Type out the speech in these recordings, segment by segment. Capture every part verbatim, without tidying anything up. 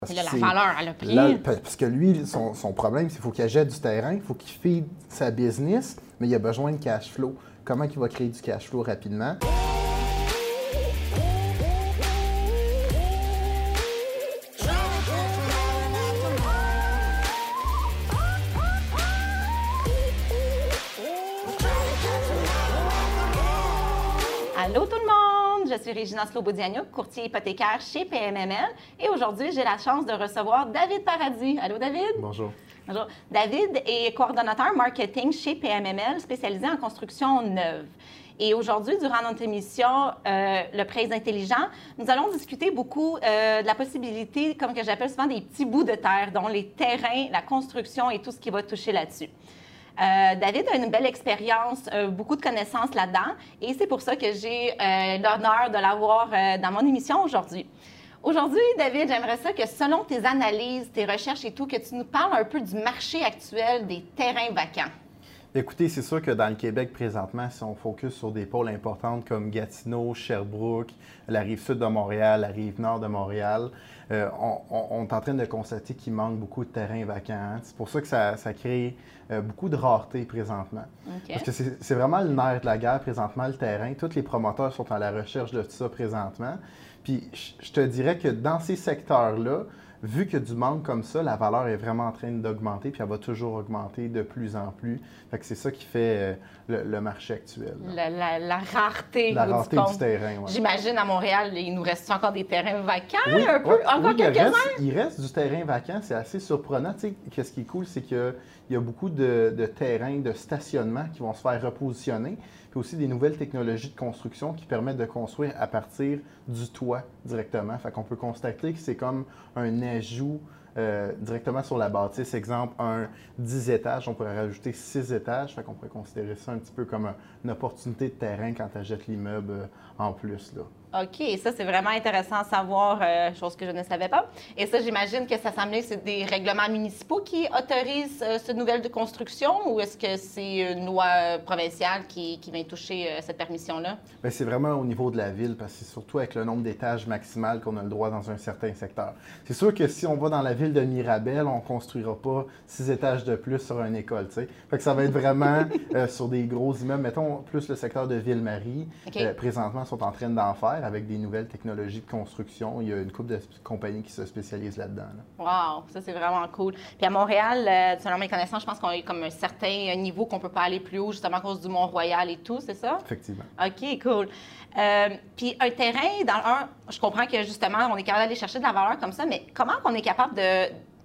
Parce Et là, que la c'est- valeur, elle a pris. là, parce que lui, son, son problème, c'est qu'il faut qu'il achète du terrain, il faut qu'il feed sa business, mais il a besoin de cash flow. Comment il va créer du cash flow rapidement? Allô tout le monde, je suis Régina Slobodianiuk, courtier hypothécaire chez P M M L et aujourd'hui, j'ai la chance de recevoir David Paradis. Allô David? Bonjour. Bonjour. David est coordonnateur marketing chez P M M L, spécialisé en construction neuve. Et aujourd'hui, durant notre émission euh, Le Prêt intelligent, nous allons discuter beaucoup euh, de la possibilité, comme que j'appelle souvent, des petits bouts de terre, dont les terrains, la construction et tout ce qui va toucher là-dessus. Euh, David a une belle expérience, euh, beaucoup de connaissances là-dedans et c'est pour ça que j'ai euh, l'honneur de l'avoir euh, dans mon émission aujourd'hui. Aujourd'hui, David, j'aimerais ça que selon tes analyses, tes recherches et tout, que tu nous parles un peu du marché actuel des terrains vacants. Écoutez, c'est sûr que dans le Québec présentement, si on focus sur des pôles importantes comme Gatineau, Sherbrooke, la rive sud de Montréal, la rive nord de Montréal, euh, on, on, on est en train de constater qu'il manque beaucoup de terrains vacants. Hein. C'est pour ça que ça, ça crée euh, beaucoup de rareté présentement. Okay. Parce que c'est vraiment le nerf de la guerre présentement, le terrain. Tous les promoteurs sont à la recherche de tout ça présentement. Puis je te dirais que dans ces secteurs-là, vu qu'il y a du manque comme ça, la valeur est vraiment en train d'augmenter, puis elle va toujours augmenter de plus en plus. Fait que c'est ça qui fait euh, le, le marché actuel. La, la, la rareté, la du, rareté compte. du terrain, oui. J'imagine à Montréal, il nous reste encore des terrains vacants, Oui, un peu, ouais, encore oui, quelques-uns? Il reste, il reste du terrain vacant, c'est assez surprenant. Tu sais, ce qui est cool, c'est qu'il y a beaucoup de, de terrains de stationnement qui vont se faire repositionner, puis aussi des nouvelles technologies de construction qui permettent de construire à partir du toit directement. Fait qu'on peut constater que c'est comme un ajout Euh, directement sur la bâtisse. Exemple, un dix étages, on pourrait rajouter six étages. Fait qu'on pourrait considérer ça un petit peu comme un, une opportunité de terrain quand tu achètes l'immeuble euh, en plus, là. OK, ça, c'est vraiment intéressant à savoir, euh, chose que je ne savais pas. Et ça, j'imagine que ça semblait que c'est des règlements municipaux qui autorisent euh, cette nouvelle de construction ou est-ce que c'est une loi euh, provinciale qui, qui vient toucher euh, cette permission-là? Bien, c'est vraiment au niveau de la ville, parce que c'est surtout avec le nombre d'étages maximal qu'on a le droit dans un certain secteur. C'est sûr que si on va dans la ville de Mirabel, on ne construira pas six étages de plus sur une école, tu sais. Fait que ça va être vraiment euh, sur des gros immeubles. Mettons, plus le secteur de Ville-Marie, Okay. euh, présentement, sont en train d'en faire avec des nouvelles technologies de construction. Il y a une couple de compagnies qui se spécialisent là-dedans. Là. Wow, ça, c'est vraiment cool. Puis à Montréal, euh, selon mes connaissances, je pense qu'on a comme un certain niveau qu'on ne peut pas aller plus haut, justement à cause du Mont-Royal et tout, c'est ça? Effectivement. OK, cool. Euh, puis un terrain, dans un, je comprends que justement, on est capable d'aller chercher de la valeur comme ça, mais comment on est capable de,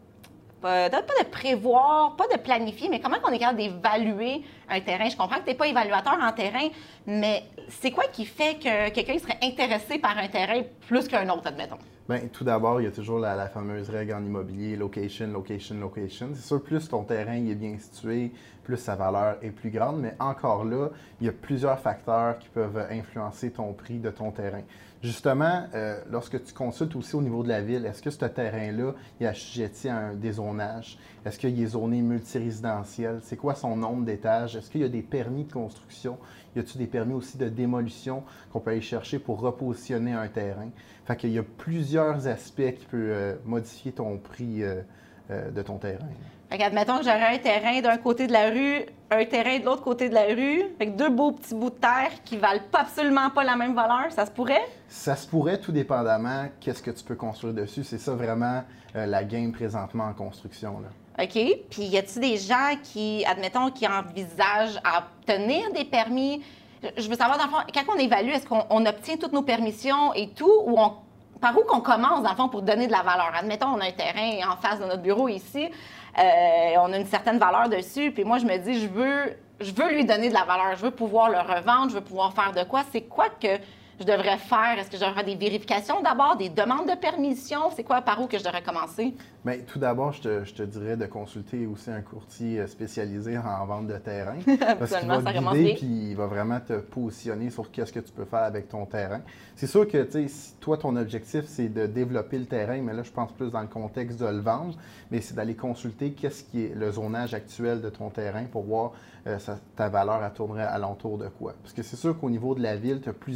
pas de, pas de prévoir, pas de planifier, mais comment on est capable d'évaluer un terrain? Je comprends que tu n'es pas évaluateur en terrain, mais c'est quoi qui fait que quelqu'un serait intéressé par un terrain plus qu'un autre, admettons? Bien, tout d'abord, il y a toujours la, la fameuse règle en immobilier, location, location, location. C'est sûr, plus ton terrain il est bien situé, plus sa valeur est plus grande, mais encore là, il y a plusieurs facteurs qui peuvent influencer ton prix de ton terrain. Justement, euh, lorsque tu consultes aussi au niveau de la ville, est-ce que ce terrain-là est assujetti à un dézonage? Est-ce qu'il est zoné multirésidentiel? C'est quoi son nombre d'étages? Est-ce qu'il y a des permis de construction? Y a-t-il des permis aussi de démolition qu'on peut aller chercher pour repositionner un terrain? Fait qu'il y a plusieurs aspects qui peuvent euh, modifier ton prix euh, euh, de ton terrain. Fait qu'admettons que j'aurais un terrain d'un côté de la rue, un terrain de l'autre côté de la rue, avec deux beaux petits bouts de terre qui valent pas absolument pas la même valeur, ça se pourrait? Ça se pourrait, tout dépendamment qu'est-ce que tu peux construire dessus. C'est ça vraiment euh, la game présentement en construction, là. OK. Puis y a-t-il des gens qui, admettons, qui envisagent à obtenir des permis? Je veux savoir, dans le fond, quand on évalue, est-ce qu'on on obtient toutes nos permissions et tout, ou on, par où qu'on commence, dans le fond, pour donner de la valeur? Admettons, on a un terrain en face de notre bureau ici, euh, on a une certaine valeur dessus, puis moi, je me dis, je veux, je veux lui donner de la valeur, je veux pouvoir le revendre, je veux pouvoir faire de quoi? C'est quoi que je devrais faire? Est-ce que je devrais faire des vérifications d'abord, des demandes de permission? C'est quoi, par où que je devrais commencer? Bien, tout d'abord, je te, je te dirais de consulter aussi un courtier spécialisé en vente de terrain. Parce qu'il va te guider puis il va vraiment te positionner sur qu'est-ce que tu peux faire avec ton terrain. C'est sûr que, tu sais, si toi, ton objectif, c'est de développer le terrain, mais là, je pense plus dans le contexte de le vendre, mais c'est d'aller consulter qu'est-ce qui est le zonage actuel de ton terrain pour voir euh, ça, ta valeur, elle tournerait alentour de quoi. Parce que c'est sûr qu'au niveau de la ville, tu as plusieurs processus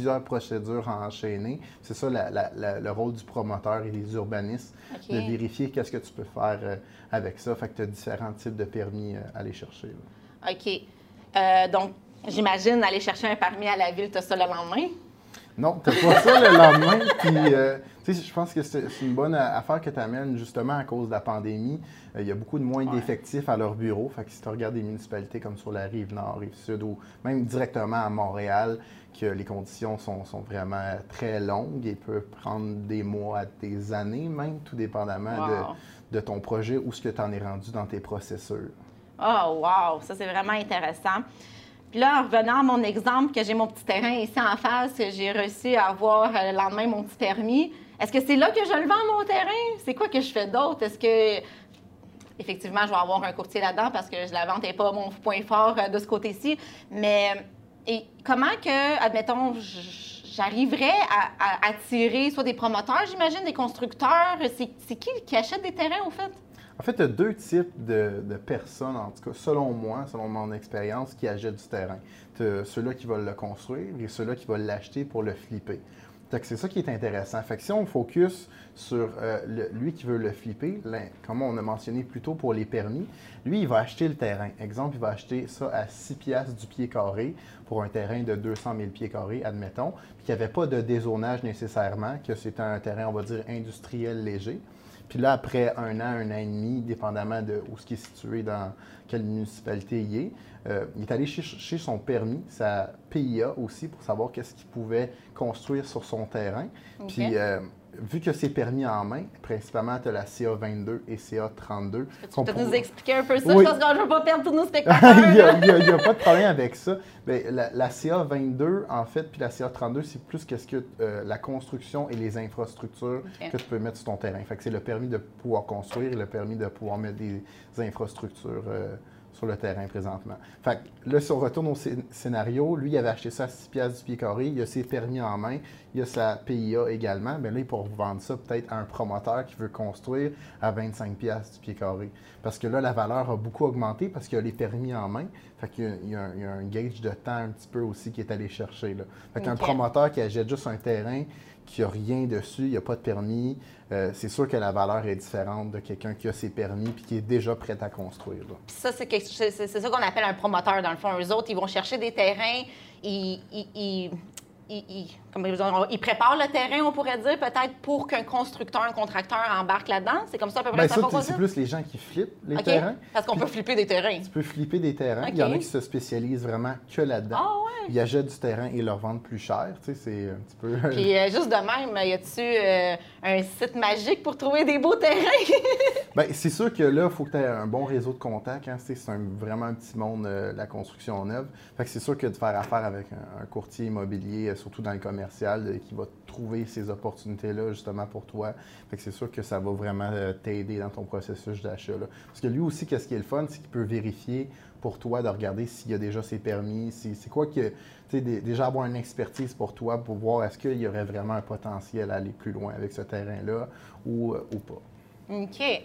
procédures enchaînées. C'est ça la, la, la, le rôle du promoteur et des urbanistes, okay. de vérifier qu'est-ce que tu peux faire euh, avec ça. Fait que tu as différents types de permis euh, à aller chercher. Là. OK. Euh, donc, j'imagine aller chercher un permis à la ville, tu as ça le lendemain? Non, tu n'as pas ça le lendemain. Puis, euh, tu sais, je pense que c'est une bonne affaire que tu amènes justement à cause de la pandémie. Euh, il y a beaucoup de moins ouais. d'effectifs à leur bureau. Fait que si tu regardes des municipalités comme sur la rive nord, rive sud ou même directement à Montréal, que les conditions sont, sont vraiment très longues et peuvent prendre des mois à des années même, tout dépendamment wow. de, de ton projet ou ce que tu en es rendu dans tes processus. Oh, wow! Ça, c'est vraiment intéressant. Puis là, en revenant à mon exemple, que j'ai mon petit terrain ici en face, que j'ai réussi à avoir le lendemain mon petit permis, est-ce que c'est là que je le vends, mon terrain? C'est quoi que je fais d'autre? Est-ce que, effectivement, je vais avoir un courtier là-dedans parce que la vente n'est pas mon point fort de ce côté-ci, mais et comment que, admettons, j'arriverais à, à attirer soit des promoteurs, j'imagine, des constructeurs? C'est qui qui achète des terrains, au fait? En fait, il y a deux types de, de personnes, en tout cas, selon moi, selon mon expérience, qui achètent du terrain. Tu as ceux-là qui veulent le construire et ceux-là qui veulent l'acheter pour le flipper. C'est ça qui est intéressant. Fait que si on focus sur euh, le, lui qui veut le flipper, là, comme on a mentionné plus tôt pour les permis, lui, il va acheter le terrain. Exemple, il va acheter ça à six piastres du pied carré pour un terrain de deux cent mille pieds carrés, admettons, puis qu'il n'y avait pas de dézonage nécessairement, que c'était un terrain, on va dire, industriel léger. Puis là, après un an, un an et demi, dépendamment de où ce qui est situé, dans quelle municipalité il est, euh, il est allé chercher son permis, sa P I A aussi, pour savoir qu'est-ce qu'il pouvait construire sur son terrain. Okay. Puis, euh, vu que c'est permis en main, principalement, tu as la C A vingt-deux et C A trente-deux. Tu peux pour... nous expliquer un peu ça? Oui. Je pense que je ne veux pas perdre tous nos spectateurs. Il n'y a, a, a pas de problème avec ça. Bien, la, la C A vingt-deux, en fait, puis la C A trente-deux, c'est plus qu'est-ce que euh, la construction et les infrastructures okay. que tu peux mettre sur ton terrain. Fait que c'est le permis de pouvoir construire et le permis de pouvoir mettre des infrastructures euh, sur le terrain présentement. Fait que là, si on retourne au scénario, lui, il avait acheté ça à six piastres du pied carré, il a ses permis en main, il a sa P I A également. Bien là, il pourra vendre ça peut-être à un promoteur qui veut construire à vingt-cinq piastres du pied carré. Parce que là, la valeur a beaucoup augmenté parce qu'il a les permis en main. Fait qu'il y a, il y a, un, il y a un gauge de temps un petit peu aussi qui est allé chercher. Là. Fait qu'un okay. promoteur qui achète juste un terrain, qui n'a rien dessus, il n'y a pas de permis, euh, c'est sûr que la valeur est différente de quelqu'un qui a ses permis et qui est déjà prêt à construire. Puis ça, c'est, quelque... c'est, c'est ça qu'on appelle un promoteur, dans le fond. Eux autres, ils vont chercher des terrains, ils, ils, ils, ils, ils, comme ils préparent le terrain, on pourrait dire, peut-être pour qu'un constructeur, un contracteur embarque là-dedans. C'est comme ça à peu près. Bien, ça, ça c'est plus les gens qui flippent les okay. terrains. Parce qu'on peut flipper des terrains. Tu peux flipper des terrains. Okay. Il y en a qui se spécialisent vraiment que là-dedans. Ah ouais. Ils achètent du terrain et le revendent plus cher. Tu sais, c'est un petit peu... Puis euh, juste de même, y a-tu euh, un site magique pour trouver des beaux terrains? Bien, c'est sûr que là, il faut que tu aies un bon réseau de contacts. Hein. C'est un, vraiment un petit monde, euh, la construction neuve. Fait que c'est sûr que de faire affaire avec un, un courtier immobilier, euh, surtout dans le commercial, euh, qui va trouver ces opportunités-là justement pour toi. Fait que c'est sûr que ça va vraiment euh, t'aider dans ton processus d'achat. Là. Parce que lui aussi, qu'est-ce qui est le fun, c'est qu'il peut vérifier pour toi de regarder s'il y a déjà ses permis, si, c'est quoi que, tu sais, déjà avoir une expertise pour toi pour voir est-ce qu'il y aurait vraiment un potentiel à aller plus loin avec ce terrain-là ou, euh, ou pas. OK.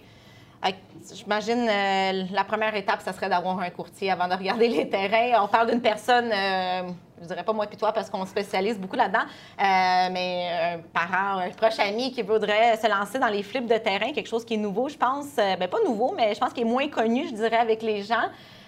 J'imagine euh, la première étape, ça serait d'avoir un courtier avant de regarder les terrains. On parle d'une personne, euh, je dirais pas moi puis toi parce qu'on spécialise beaucoup là-dedans, euh, mais un parent, un proche ami qui voudrait se lancer dans les flips de terrain, quelque chose qui est nouveau, je pense. Euh, bien, pas nouveau, mais je pense qu'il est moins connu, je dirais, avec les gens.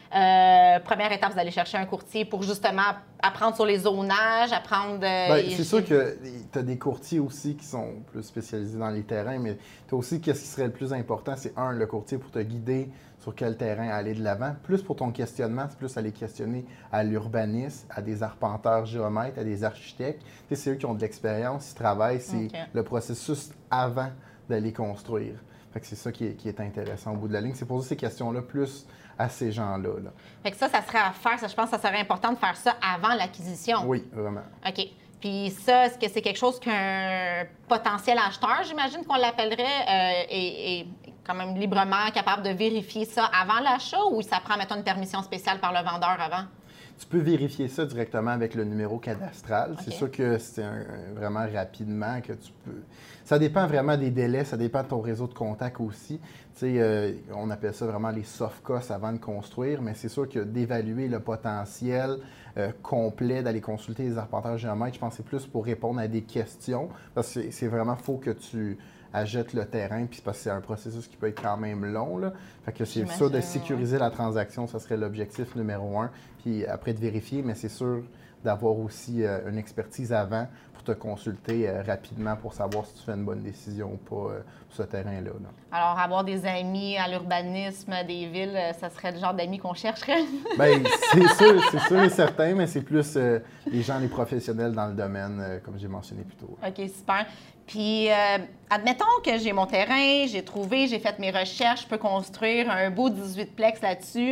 Euh, première étape, c'est d'aller chercher un courtier pour justement apprendre sur les zonages, apprendre... Euh, Bien, c'est sûr que tu as des courtiers aussi qui sont plus spécialisés dans les terrains, mais tu as aussi, qu'est-ce qui serait le plus important, c'est un, le courtier pour te guider sur quel terrain aller de l'avant. Plus pour ton questionnement, c'est plus aller questionner à l'urbaniste, à des arpenteurs géomètres, à des architectes. Tu sais, c'est eux qui ont de l'expérience, ils travaillent, c'est okay. le processus avant d'aller construire. Fait que c'est ça qui est, qui est intéressant au bout de la ligne. C'est poser ces questions-là plus à ces gens-là. Là. Fait que ça, ça serait à faire. Ça, je pense que ça serait important de faire ça avant l'acquisition. Oui, vraiment. OK. Puis ça, est-ce que c'est quelque chose qu'un potentiel acheteur, j'imagine qu'on l'appellerait, euh, est, est quand même librement capable de vérifier ça avant l'achat ou ça prend, mettons, une permission spéciale par le vendeur avant? Tu peux vérifier ça directement avec le numéro cadastral. Okay. C'est sûr que c'est un, un, vraiment rapidement que tu peux... Ça dépend vraiment des délais, ça dépend de ton réseau de contacts aussi. Tu sais, euh, on appelle ça vraiment les soft costs avant de construire, mais c'est sûr que d'évaluer le potentiel euh, complet, d'aller consulter les arpenteurs géomètres, je pense que c'est plus pour répondre à des questions, parce que c'est vraiment, il faut que tu achètes le terrain, puis parce que c'est un processus qui peut être quand même long, là. Fait que c'est sûr de sécuriser ouais. la transaction, ça serait l'objectif numéro un, puis après de vérifier, mais c'est sûr d'avoir aussi euh, une expertise avant pour te consulter euh, rapidement pour savoir si tu fais une bonne décision ou pas euh, sur ce terrain-là. Là. Alors, avoir des amis à l'urbanisme des villes, ça serait le genre d'amis qu'on chercherait? Bien, c'est sûr, c'est sûr et certain, mais c'est plus euh, les gens, les professionnels dans le domaine, euh, comme j'ai mentionné plus tôt. OK, super. Puis, euh, admettons que j'ai mon terrain, j'ai trouvé, j'ai fait mes recherches, je peux construire un beau dix-huit plex là-dessus.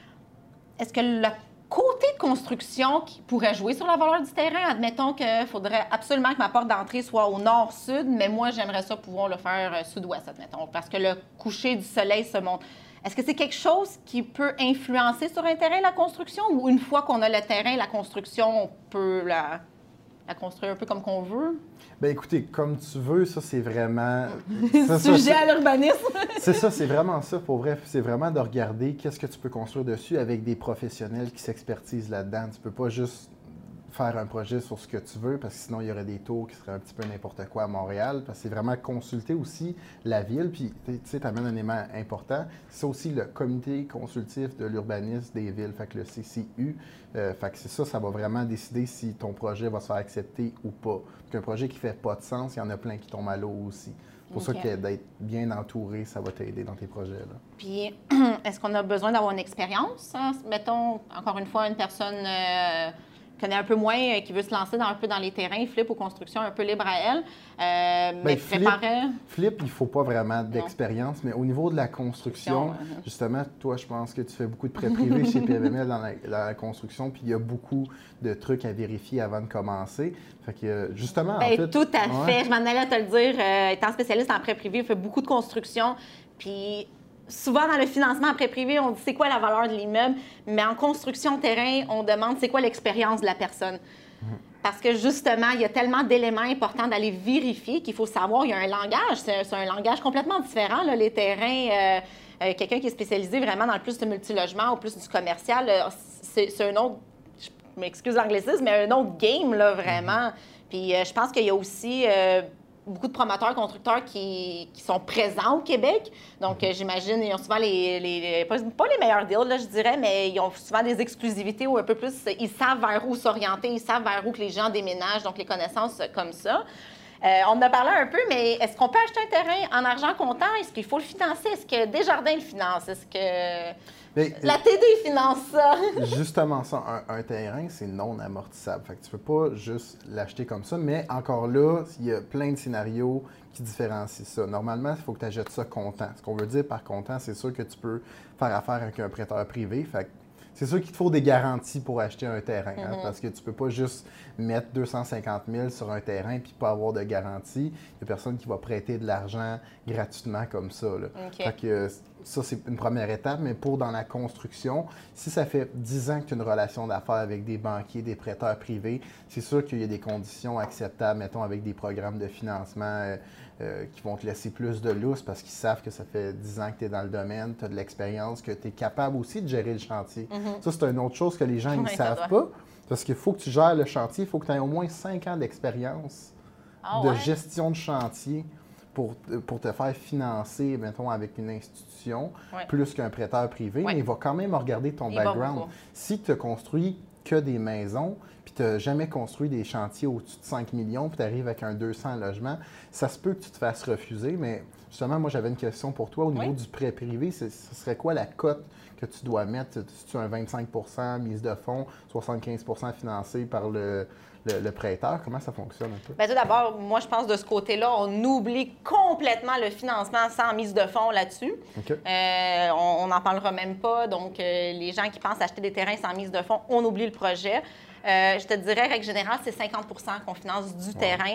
Est-ce que le côté de construction qui pourrait jouer sur la valeur du terrain, admettons qu'il faudrait absolument que ma porte d'entrée soit au nord-sud, mais moi, j'aimerais ça pouvoir le faire sud-ouest, admettons, parce que le coucher du soleil se monte. Est-ce que c'est quelque chose qui peut influencer sur un terrain, la construction, ou une fois qu'on a le terrain, la construction, on peut la, la construire un peu comme qu'on veut? Bien, écoutez, comme tu veux, ça, c'est vraiment... ça, Sujet ça, à l'urbanisme. C'est ça, c'est vraiment ça, pour vrai. C'est vraiment de regarder qu'est-ce que tu peux construire dessus avec des professionnels qui s'expertisent là-dedans. Tu peux pas juste faire un projet sur ce que tu veux, parce que sinon, il y aurait des tours qui seraient un petit peu n'importe quoi à Montréal. Parce que c'est vraiment consulter aussi la ville. Puis, tu sais, tu amènes un élément important. C'est aussi le comité consultif de l'urbanisme des villes, fait que le C C U. Euh, fait que c'est ça, ça va vraiment décider si ton projet va se faire accepter ou pas. Qu'un projet qui fait pas de sens, il y en a plein qui tombent à l'eau aussi. C'est pour okay. ça que d'être bien entouré, ça va t'aider dans tes projets. Là. Puis, est-ce qu'on a besoin d'avoir une expérience? Hein? Mettons, encore une fois, une personne... Euh... connaît un peu moins, euh, qui veut se lancer dans, un peu dans les terrains, flip aux constructions, un peu libre à elle. Euh, mais flip, préparer... flip, il ne faut pas vraiment d'expérience, mais au niveau de la construction, ouais. justement, toi, je pense que tu fais beaucoup de prêts privés chez P M M L dans la, dans la construction, puis il y a beaucoup de trucs à vérifier avant de commencer. Fait que, justement, Bien, en fait... Tout à ouais. fait. Je m'en allais à te le dire. Euh, étant spécialiste en prêt privé, je fais beaucoup de construction, puis... Souvent, dans le financement en prêt privé, on dit c'est quoi la valeur de l'immeuble, mais en construction terrain, on demande c'est quoi l'expérience de la personne. Mmh. Parce que justement, il y a tellement d'éléments importants d'aller vérifier qu'il faut savoir, il y a un langage, c'est un langage complètement différent, là, les terrains. Euh, euh, quelqu'un qui est spécialisé vraiment dans le plus de multilogement ou plus du commercial, euh, c'est un autre, je m'excuse l'anglicisme, mais un autre game, là, vraiment. Mmh. Puis euh, je pense qu'il y a aussi... Euh, beaucoup de promoteurs, constructeurs qui, qui sont présents au Québec. Donc, mm-hmm. euh, j'imagine, ils ont souvent les, les, les pas, pas les meilleurs deals, là, je dirais, mais ils ont souvent des exclusivités ou un peu plus, ils savent vers où s'orienter, ils savent vers où que les gens déménagent, donc les connaissances comme ça. Euh, on en a parlé un peu, mais est-ce qu'on peut acheter un terrain en argent comptant? Est-ce qu'il faut le financer? Est-ce que Desjardins le finance? Est-ce que mais, la T D finance ça? Justement ça, un, un terrain, c'est non amortissable. Fait que tu peux pas juste l'acheter comme ça, mais encore là, il y a plein de scénarios qui différencient ça. Normalement, il faut que tu achètes ça comptant. Ce qu'on veut dire par comptant, c'est sûr que tu peux faire affaire avec un prêteur privé. Fait que c'est sûr qu'il te faut des garanties pour acheter un terrain, hein, mm-hmm. parce que tu ne peux pas juste mettre deux cent cinquante mille sur un terrain puis pas avoir de garantie. Il n'y a personne qui va prêter de l'argent gratuitement comme ça. Là. Okay. Fait que ça, c'est une première étape, mais pour dans la construction, si ça fait dix ans que tu as une relation d'affaires avec des banquiers, des prêteurs privés, c'est sûr qu'il y a des conditions acceptables, mettons avec des programmes de financement euh, euh, qui vont te laisser plus de lousse parce qu'ils savent que ça fait dix ans que tu es dans le domaine, tu as de l'expérience, que tu es capable aussi de gérer le chantier. Mm-hmm. Ça, c'est une autre chose que les gens ne savent pas, parce qu'il faut que tu gères le chantier, il faut que tu aies au moins cinq ans d'expérience oh, de ouais? gestion de chantier. Pour, pour te faire financer, mettons, avec une institution, ouais. plus qu'un prêteur privé, ouais. mais il va quand même regarder ton il background. Si tu as construit que des maisons, puis tu n'as jamais construit des chantiers au-dessus de cinq millions, puis tu arrives avec un deux cents logements, ça se peut que tu te fasses refuser, mais justement, moi, j'avais une question pour toi. Au niveau oui. du prêt privé, ce serait quoi la cote que tu dois mettre? Si tu as un vingt-cinq pour cent mise de fonds, soixante-quinze pour cent financé par le... Le, le prêteur, comment ça fonctionne un peu? Bien, tout d'abord, moi, je pense de ce côté-là, on oublie complètement le financement sans mise de fonds là-dessus. Okay. Euh, on n'en parlera même pas. Donc, euh, les gens qui pensent acheter des terrains sans mise de fonds, on oublie le projet. Euh, je te dirais, règle générale, c'est cinquante pour cent qu'on finance du wow. terrain.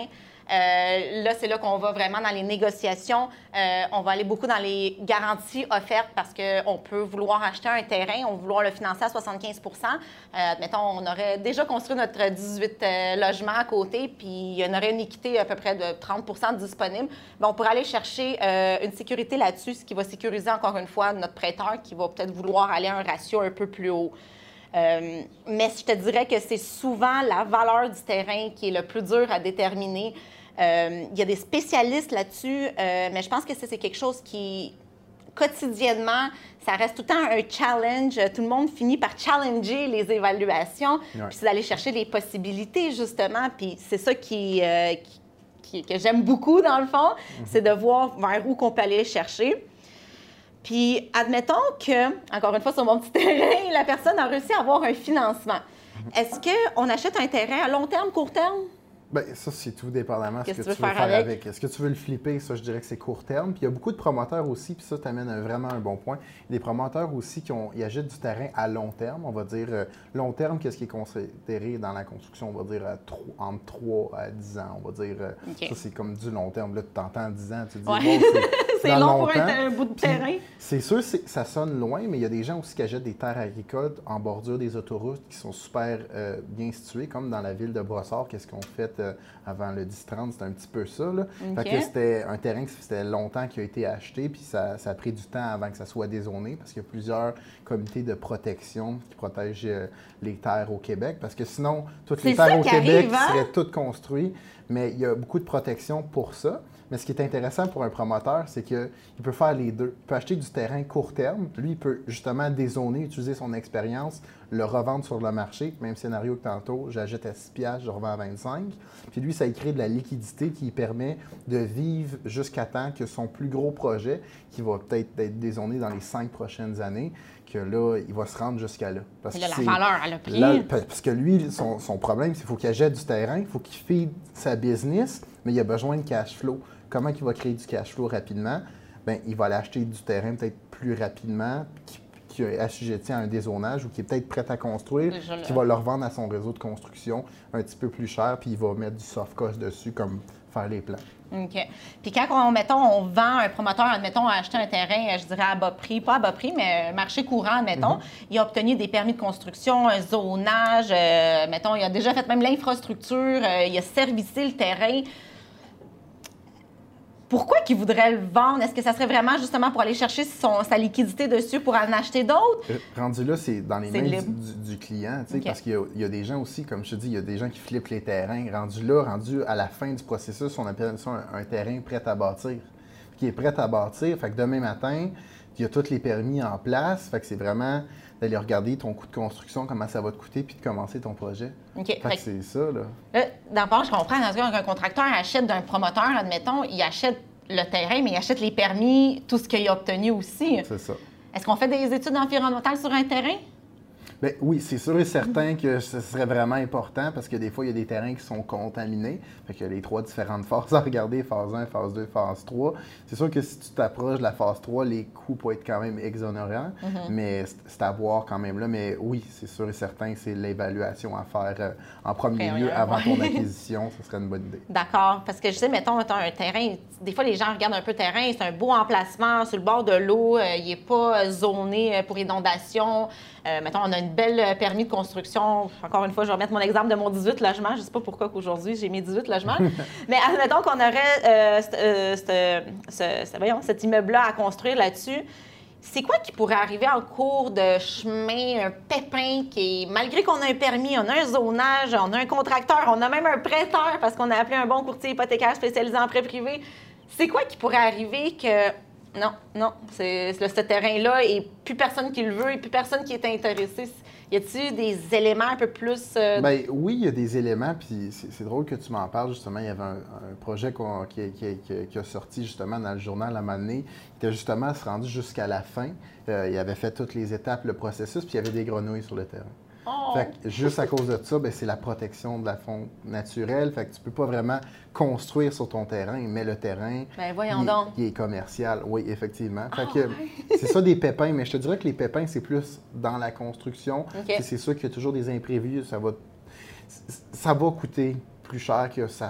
Euh, là, c'est là qu'on va vraiment dans les négociations. Euh, on va aller beaucoup dans les garanties offertes parce qu'on peut vouloir acheter un terrain, on va vouloir le financer à soixante-quinze pour cent. Euh, mettons, on aurait déjà construit notre dix-huit euh, logements à côté, puis il y en aurait une équité à peu près de trente pour cent disponible. Bien, on pourrait aller chercher euh, une sécurité là-dessus, ce qui va sécuriser encore une fois notre prêteur qui va peut-être vouloir aller à un ratio un peu plus haut. Euh, mais je te dirais que c'est souvent la valeur du terrain qui est le plus dur à déterminer. Euh, il y a des spécialistes là-dessus, euh, mais je pense que ça, c'est quelque chose qui, quotidiennement, ça reste tout le temps un challenge. Tout le monde finit par challenger les évaluations, Ouais. puis c'est d'aller chercher des possibilités, justement. Puis c'est ça qui, euh, qui, qui- que j'aime beaucoup, dans le fond, mm-hmm. c'est de voir vers où qu'on peut aller chercher. Puis, admettons que, encore une fois, sur mon petit terrain, la personne a réussi à avoir un financement. Mm-hmm. Est-ce qu'on achète un terrain à long terme, court terme? Bien, ça, c'est tout dépendamment de ce que tu veux, tu veux faire, faire avec. avec. Est-ce que tu veux le flipper? Ça, je dirais que c'est court terme. Puis il y a beaucoup de promoteurs aussi, puis ça t'amène un, vraiment un bon point. Il y a des promoteurs aussi qui ont, ils achètent du terrain à long terme. On va dire euh, long terme, qu'est-ce qui est considéré dans la construction? On va dire à trois, entre trois à dix ans. On va dire, euh, okay. Ça, c'est comme du long terme. Là, tu t'entends dix ans, tu te dis, ouais. bon, c'est c'est long pour un, un bout de terrain. C'est sûr, ça sonne loin, mais il y a des gens aussi qui achètent des terres agricoles en bordure des autoroutes qui sont super euh, bien situées, comme dans la ville de Brossard, qu'est-ce qu'on fait euh, avant le dix trente, c'était un petit peu ça. Là. Okay. Fait que c'était un terrain qui c'était longtemps qui a été acheté, puis ça, ça a pris du temps avant que ça soit dézoné, parce qu'il y a plusieurs comités de protection qui protègent euh, les terres au Québec, parce que sinon, toutes les terres au Québec arrive, hein? seraient toutes construites, mais il y a beaucoup de protection pour ça. Mais ce qui est intéressant pour un promoteur, c'est qu'il peut faire les deux. Il peut acheter du terrain court terme. Lui, il peut justement dézoner, utiliser son expérience, le revendre sur le marché. Même scénario que tantôt, j'achète à six piastres, je revends à vingt-cinq. Puis lui, ça lui crée de la liquidité qui lui permet de vivre jusqu'à temps que son plus gros projet, qui va peut-être être dézoné dans les cinq prochaines années, que là, il va se rendre jusqu'à là. Parce que là, la valeur, elle a pris. Là, parce que lui, son, son problème, c'est qu'il faut qu'il achète du terrain, il faut qu'il feed sa business, mais il a besoin de cash flow. Comment il va créer du cash flow rapidement? Bien, il va aller acheter du terrain peut-être plus rapidement, qui, qui est assujetti à un dézonage ou qui est peut-être prêt à construire, qui va le revendre à son réseau de construction un petit peu plus cher, puis il va mettre du soft cost dessus, comme faire les plans. OK. Puis quand, on, mettons, on vend un promoteur, admettons, a acheté un terrain, je dirais à bas prix, pas à bas prix, mais marché courant, admettons, mm-hmm. il a obtenu des permis de construction, un zonage, euh, mettons, il a déjà fait même l'infrastructure, euh, il a servicé le terrain. Pourquoi qu'il voudrait le vendre? Est-ce que ça serait vraiment justement pour aller chercher son, sa liquidité dessus pour en acheter d'autres? Rendu là, c'est dans les mains du, du, du client, okay. Parce qu'il y, y a des gens aussi, comme je te dis, il y a des gens qui flippent les terrains. Rendu là, rendu à la fin du processus, on appelle ça un, un terrain prêt à bâtir. Qui est prêt à bâtir, fait que demain matin, il y a tous les permis en place, fait que c'est vraiment d'aller regarder ton coût de construction, comment ça va te coûter, puis de commencer ton projet. OK. Fait que c'est ça, là. Là, dans le fond, je comprends, dans ce cas, qu'un contracteur achète d'un promoteur, admettons, il achète le terrain, mais il achète les permis, tout ce qu'il a obtenu aussi. C'est ça. Est-ce qu'on fait des études environnementales sur un terrain? Bien, oui, c'est sûr et certain que ce serait vraiment important parce que des fois, il y a des terrains qui sont contaminés. Fait qu'il y a les trois différentes phases à regarder, phase un, phase deux, phase trois. C'est sûr que si tu t'approches de la phase trois, les coûts peuvent être quand même exonérants, mm-hmm. mais c'est à voir quand même là. Mais oui, c'est sûr et certain que c'est l'évaluation à faire euh, en premier lieu avant ouais. ton acquisition. Ce serait une bonne idée. D'accord. Parce que je sais, mettons, mettons, un terrain, des fois, les gens regardent un peu le terrain, c'est un beau emplacement sur le bord de l'eau, euh, il n'est pas zoné pour inondation. Euh, mettons, on a une belle permis de construction. Encore une fois, je vais remettre mon exemple de mon dix-huit logements. Je ne sais pas pourquoi qu'aujourd'hui, j'ai mes dix-huit logements. Mais admettons qu'on aurait euh, euh, ce, ce, voyons, cet immeuble-là à construire là-dessus. C'est quoi qui pourrait arriver en cours de chemin, un pépin qui est, malgré qu'on a un permis, on a un zonage, on a un contracteur, on a même un prêteur parce qu'on a appelé un bon courtier hypothécaire spécialisé en prêt privé. C'est quoi qui pourrait arriver que... Non, non, c'est ce terrain-là et plus personne qui le veut et plus personne qui est intéressé. Y a-t-il des éléments un peu plus... Euh... Bien, oui, il y a des éléments, puis c'est drôle que tu m'en parles, justement. Il y avait un, un projet qu'on, qui, qui, qui, qui a sorti, justement, dans le journal à un moment donné, qui était justement se rendu jusqu'à la fin. Euh, il avait fait toutes les étapes, le processus, puis il y avait des grenouilles sur le terrain. Oh. Fait que juste à cause de ça, ben, c'est la protection de la faune naturelle. Fait que tu peux pas vraiment construire sur ton terrain, mais le terrain, ben, voyons il, donc. il est commercial. Oui, effectivement. Fait oh, que ouais. c'est ça des pépins, mais je te dirais que les pépins, c'est plus dans la construction. Okay. C'est sûr qu'il y a toujours des imprévus. Ça va, ça va coûter plus cher que ça.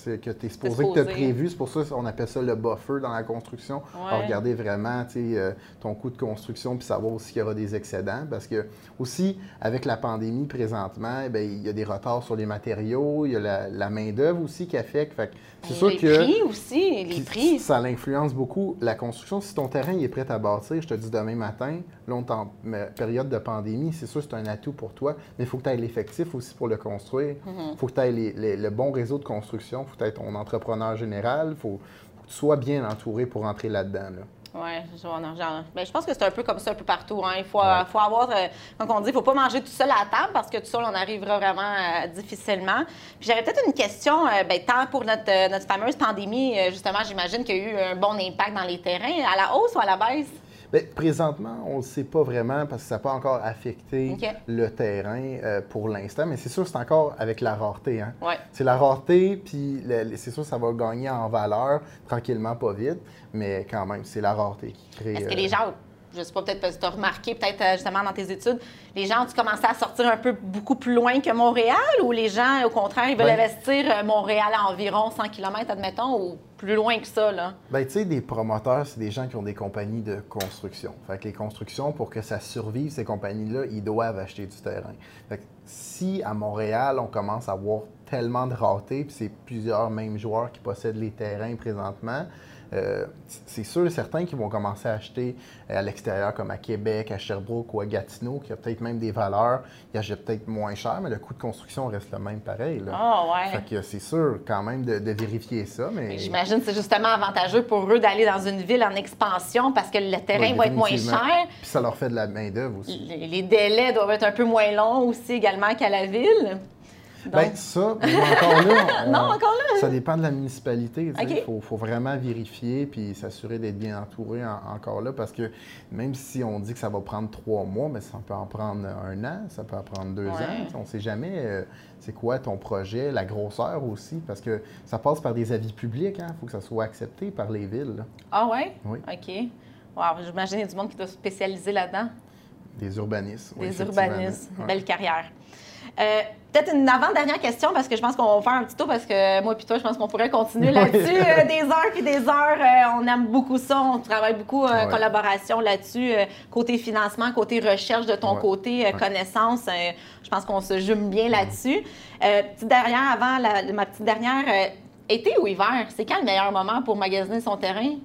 c'est que tu es supposé, que tu as prévu. C'est pour ça qu'on appelle ça le buffer dans la construction. Ouais. Regarder vraiment euh, ton coût de construction puis savoir s'il y aura des excédents. Parce que aussi, avec la pandémie présentement, bien, il y a des retards sur les matériaux, il y a la, la main-d'œuvre aussi qui affecte. Fait que c'est sûr les que. Les prix aussi, les prix. Ça l'influence beaucoup la construction. Si ton terrain il est prêt à bâtir, je te dis demain matin, là, on est en période de pandémie, c'est sûr que c'est un atout pour toi, mais il faut que tu aies l'effectif aussi pour le construire. Il mm-hmm. faut que tu aies les, les, le bon réseau de construction, il faut que tu aies ton entrepreneur général, il faut, faut que tu sois bien entouré pour entrer là-dedans. Là. Oui, genre, ben, je pense que c'est un peu comme ça un peu partout. Hein. Il faut, ouais. faut avoir, euh, comme on dit, il ne faut pas manger tout seul à la table parce que tout seul, on arrivera vraiment euh, difficilement. Puis j'avais peut-être une question, euh, ben, tant pour notre, euh, notre fameuse pandémie, euh, justement, j'imagine qu'il y a eu un bon impact dans les terrains, à la hausse ou à la baisse? Bien, présentement, on ne le sait pas vraiment parce que ça n'a pas encore affecté okay. le terrain euh, pour l'instant, mais c'est sûr que c'est encore avec la rareté. Hein? Ouais. C'est la rareté, puis c'est sûr que ça va gagner en valeur tranquillement, pas vite, mais quand même, c'est la rareté qui crée... Est-ce que les gens, je ne sais pas, peut-être parce que tu as remarqué, peut-être justement dans tes études, les gens ont-ils commencé à sortir un peu beaucoup plus loin que Montréal ou les gens, au contraire, ils veulent ben, investir Montréal à environ cent kilomètres, admettons, ou plus loin que ça, là? Bien, tu sais, des promoteurs, c'est des gens qui ont des compagnies de construction. Fait que les constructions, pour que ça survive, ces compagnies-là, ils doivent acheter du terrain. Fait que si, à Montréal, on commence à avoir tellement de rareté, puis c'est plusieurs mêmes joueurs qui possèdent les terrains présentement, Euh, c'est sûr et certain qu'ils vont commencer à acheter à l'extérieur, comme à Québec, à Sherbrooke ou à Gatineau, qui a peut-être même des valeurs, ils achètent peut-être moins cher, mais le coût de construction reste le même pareil. Ah, oh, ouais. Fait que c'est sûr quand même de, de vérifier ça. Mais j'imagine que c'est justement avantageux pour eux d'aller dans une ville en expansion parce que le terrain oui, va être moins cher. Puis ça leur fait de la main-d'œuvre aussi. Les, les délais doivent être un peu moins longs aussi également qu'à la ville. Donc... Bien, ça, mais encore là, on, non, encore là. Ça dépend de la municipalité. Il okay. faut, faut vraiment vérifier puis s'assurer d'être bien entouré en, encore là parce que même si on dit que ça va prendre trois mois, mais ça peut en prendre un an, ça peut en prendre deux ouais. ans. On ne sait jamais euh, c'est quoi ton projet, la grosseur aussi, parce que ça passe par des avis publics. Il hein, faut que ça soit accepté par les villes. Là. Ah ouais? Oui. OK. Wow, j'imagine qu'il y a du monde qui doit se spécialiser là-dedans. Des urbanistes. Des oui, urbanistes. Ouais. Belle carrière. Euh, Peut-être une avant-dernière question, parce que je pense qu'on va faire un petit tour, parce que moi et toi, je pense qu'on pourrait continuer là-dessus euh, des heures puis des heures. Euh, on aime beaucoup ça, on travaille beaucoup en euh, ouais. collaboration là-dessus, euh, côté financement, côté recherche de ton ouais. côté, euh, ouais. connaissance. Euh, je pense qu'on se jume bien là-dessus. Euh, petite dernière, avant la, ma petite dernière, euh, été ou hiver, c'est quand le meilleur moment pour magasiner son terrain?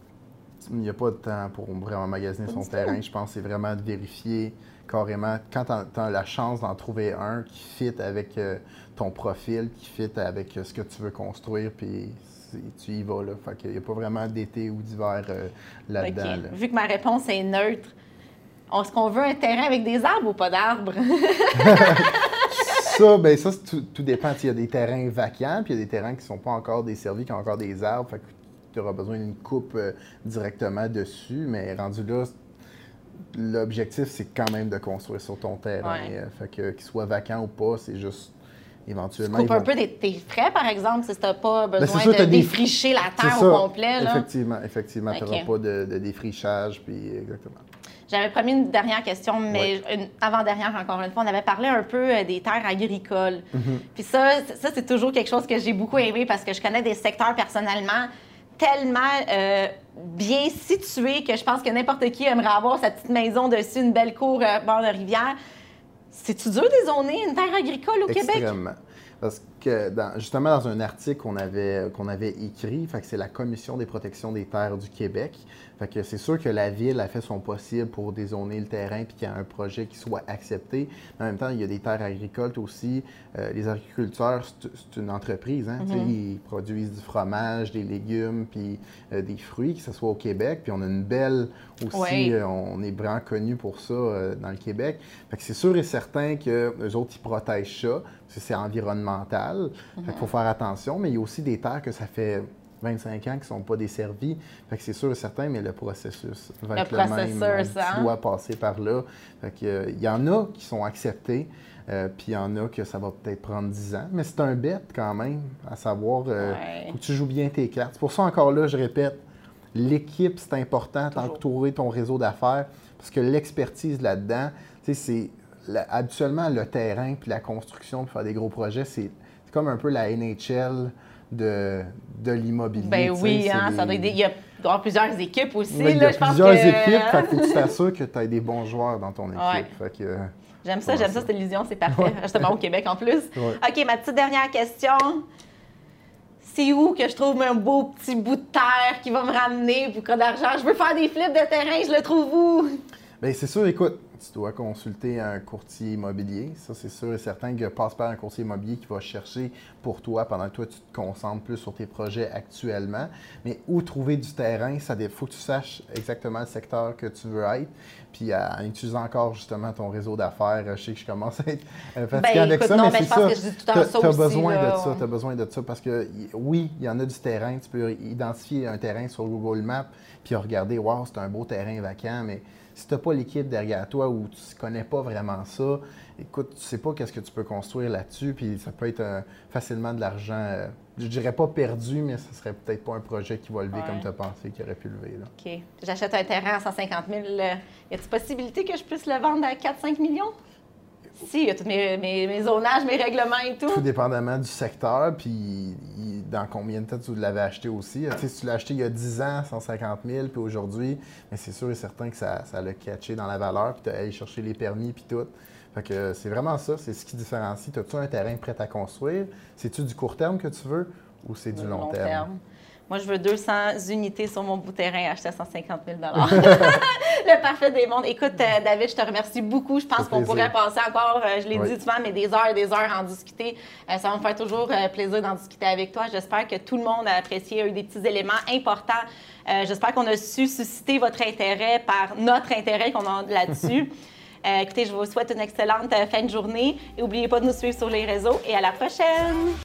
Il n'y a pas de temps pour vraiment magasiner son terrain. Je pense que c'est vraiment de vérifier carrément, quand tu as la chance d'en trouver un qui fit avec euh, ton profil, qui fit avec euh, ce que tu veux construire, puis tu y vas. Là. Fait qu'il n'y a pas vraiment d'été ou d'hiver euh, là-dedans. Okay. Là. Vu que ma réponse est neutre, est-ce qu'on veut un terrain avec des arbres ou pas d'arbres? ça, bien ça, tout, tout dépend. Il y a des terrains vacants, puis il y a des terrains qui ne sont pas encore desservis, qui ont encore des arbres. Fait que tu auras besoin d'une coupe euh, directement dessus, mais rendu là, l'objectif, c'est quand même de construire sur ton terrain. Ouais. Euh, fait que qu'il soit vacant ou pas, c'est juste éventuellement... Tu coupes vont... un peu des, tes frais, par exemple, si tu n'as pas besoin ben, ça, de défricher des... la terre ça, au complet. Là. Effectivement, effectivement. Okay. Tu n'auras pas de, de défrichage, puis exactement. J'avais promis une dernière question, mais ouais. une avant-dernière, encore une fois. On avait parlé un peu des terres agricoles. Mm-hmm. Puis ça, ça c'est toujours quelque chose que j'ai beaucoup aimé parce que je connais des secteurs personnellement tellement euh, bien situé que je pense que n'importe qui aimerait avoir sa petite maison dessus, une belle cour euh, bord de rivière. C'est-tu dur de dézoner une terre agricole au Extrêmement. Québec? Extrêmement. Parce que, dans, justement, dans un article qu'on avait, qu'on avait écrit, fait que c'est la Commission des protections des terres du Québec. Fait que c'est sûr que la Ville a fait son possible pour dézoner le terrain puis qu'il y a un projet qui soit accepté. Mais en même temps, il y a des terres agricoles aussi. Euh, les agriculteurs, c'est une entreprise. Hein? Mm-hmm. Ils produisent du fromage, des légumes puis euh, des fruits, que ce soit au Québec. Puis on a une belle aussi, oui. euh, on est vraiment connu pour ça euh, dans le Québec. Fait que c'est sûr et certain qu'eux autres, ils protègent ça, parce que c'est environnemental. Mm-hmm. Fait qu'il faut faire attention, mais il y a aussi des terres que ça fait vingt-cinq ans qui ne sont pas desservies. Fait que c'est sûr et certain, mais le processus va le être le même. Ça. Tu dois passer par là. Fait que, euh, il y en a qui sont acceptés, euh, puis il y en a que ça va peut-être prendre dix ans. Mais c'est un bet quand même, à savoir, euh, ouais. faut que tu joues bien tes cartes. C'est pour ça, encore là, je répète, l'équipe, c'est important, t'entourer ton réseau d'affaires, parce que l'expertise là-dedans, tu sais, c'est la, habituellement le terrain puis la construction pour faire des gros projets, c'est comme un peu la N H L de, de l'immobilier. Ben oui, hein, des... ça doit aider. Il y a, il doit y avoir plusieurs équipes aussi. Ben, il y là, a je pense plusieurs que... équipes, fait que faut que tu t'assures que tu as des bons joueurs dans ton équipe. Ouais. Fait que, J'aime ça, j'aime ça, cette illusion, c'est parfait. Justement au Québec en plus. Ouais. OK, ma petite dernière question. C'est où que je trouve un beau petit bout de terre qui va me ramener beaucoup d'argent? Je veux faire des flips de terrain, je le trouve où? Bien, c'est sûr, écoute, tu dois consulter un courtier immobilier. Ça, c'est sûr et certain que passe par un courtier immobilier qui va chercher pour toi pendant que toi, tu te concentres plus sur tes projets actuellement. Mais où trouver du terrain, il faut que tu saches exactement le secteur que tu veux être. Puis en utilisant encore justement ton réseau d'affaires, je sais que je commence à être fatigué ben, avec écoute, ça, non, mais mais c'est je pense ça. que je dis tout le temps ça Tu as aussi, besoin là, de ça, ouais. tu as besoin de ça parce que oui, il y en a du terrain. Tu peux identifier un terrain sur Google Maps puis regarder, wow, c'est un beau terrain vacant, mais si tu n'as pas l'équipe derrière toi ou tu ne connais pas vraiment ça, écoute, tu ne sais pas qu'est-ce que tu peux construire là-dessus, puis ça peut être euh, facilement de l'argent, euh, je dirais pas perdu, mais ce serait peut-être pas un projet qui va lever Ouais. comme tu as pensé qu'il aurait pu lever. Là. OK. J'achète un terrain à cent cinquante mille. Euh, y a-t-il possibilité que je puisse le vendre à quatre à cinq millions? Si, il y a tous mes, mes, mes zonages, mes règlements et tout. Tout dépendamment du secteur, puis dans combien de temps tu l'avais acheté aussi. Tu sais, si tu l'as acheté il y a dix ans, cent cinquante mille, puis aujourd'hui, c'est sûr et certain que ça, ça l'a catché dans la valeur, puis tu as allé chercher les permis, puis tout. Fait que c'est vraiment ça, c'est ce qui différencie. As-tu un terrain prêt à construire? C'est-tu du court terme que tu veux ou c'est du long, long terme? terme? Moi, je veux deux cents unités sur mon bout de terrain acheté à cent cinquante mille Le parfait des mondes. Écoute, euh, David, je te remercie beaucoup. Je pense qu'on pourrait passer encore, euh, je l'ai oui. dit souvent, mais des heures et des heures à en discuter. Euh, ça va me faire toujours euh, plaisir d'en discuter avec toi. J'espère que tout le monde a apprécié, a eu des petits éléments importants. Euh, J'espère qu'on a su susciter votre intérêt par notre intérêt qu'on a là-dessus. euh, écoutez, je vous souhaite une excellente fin de journée et n'oubliez pas de nous suivre sur les réseaux et à la prochaine!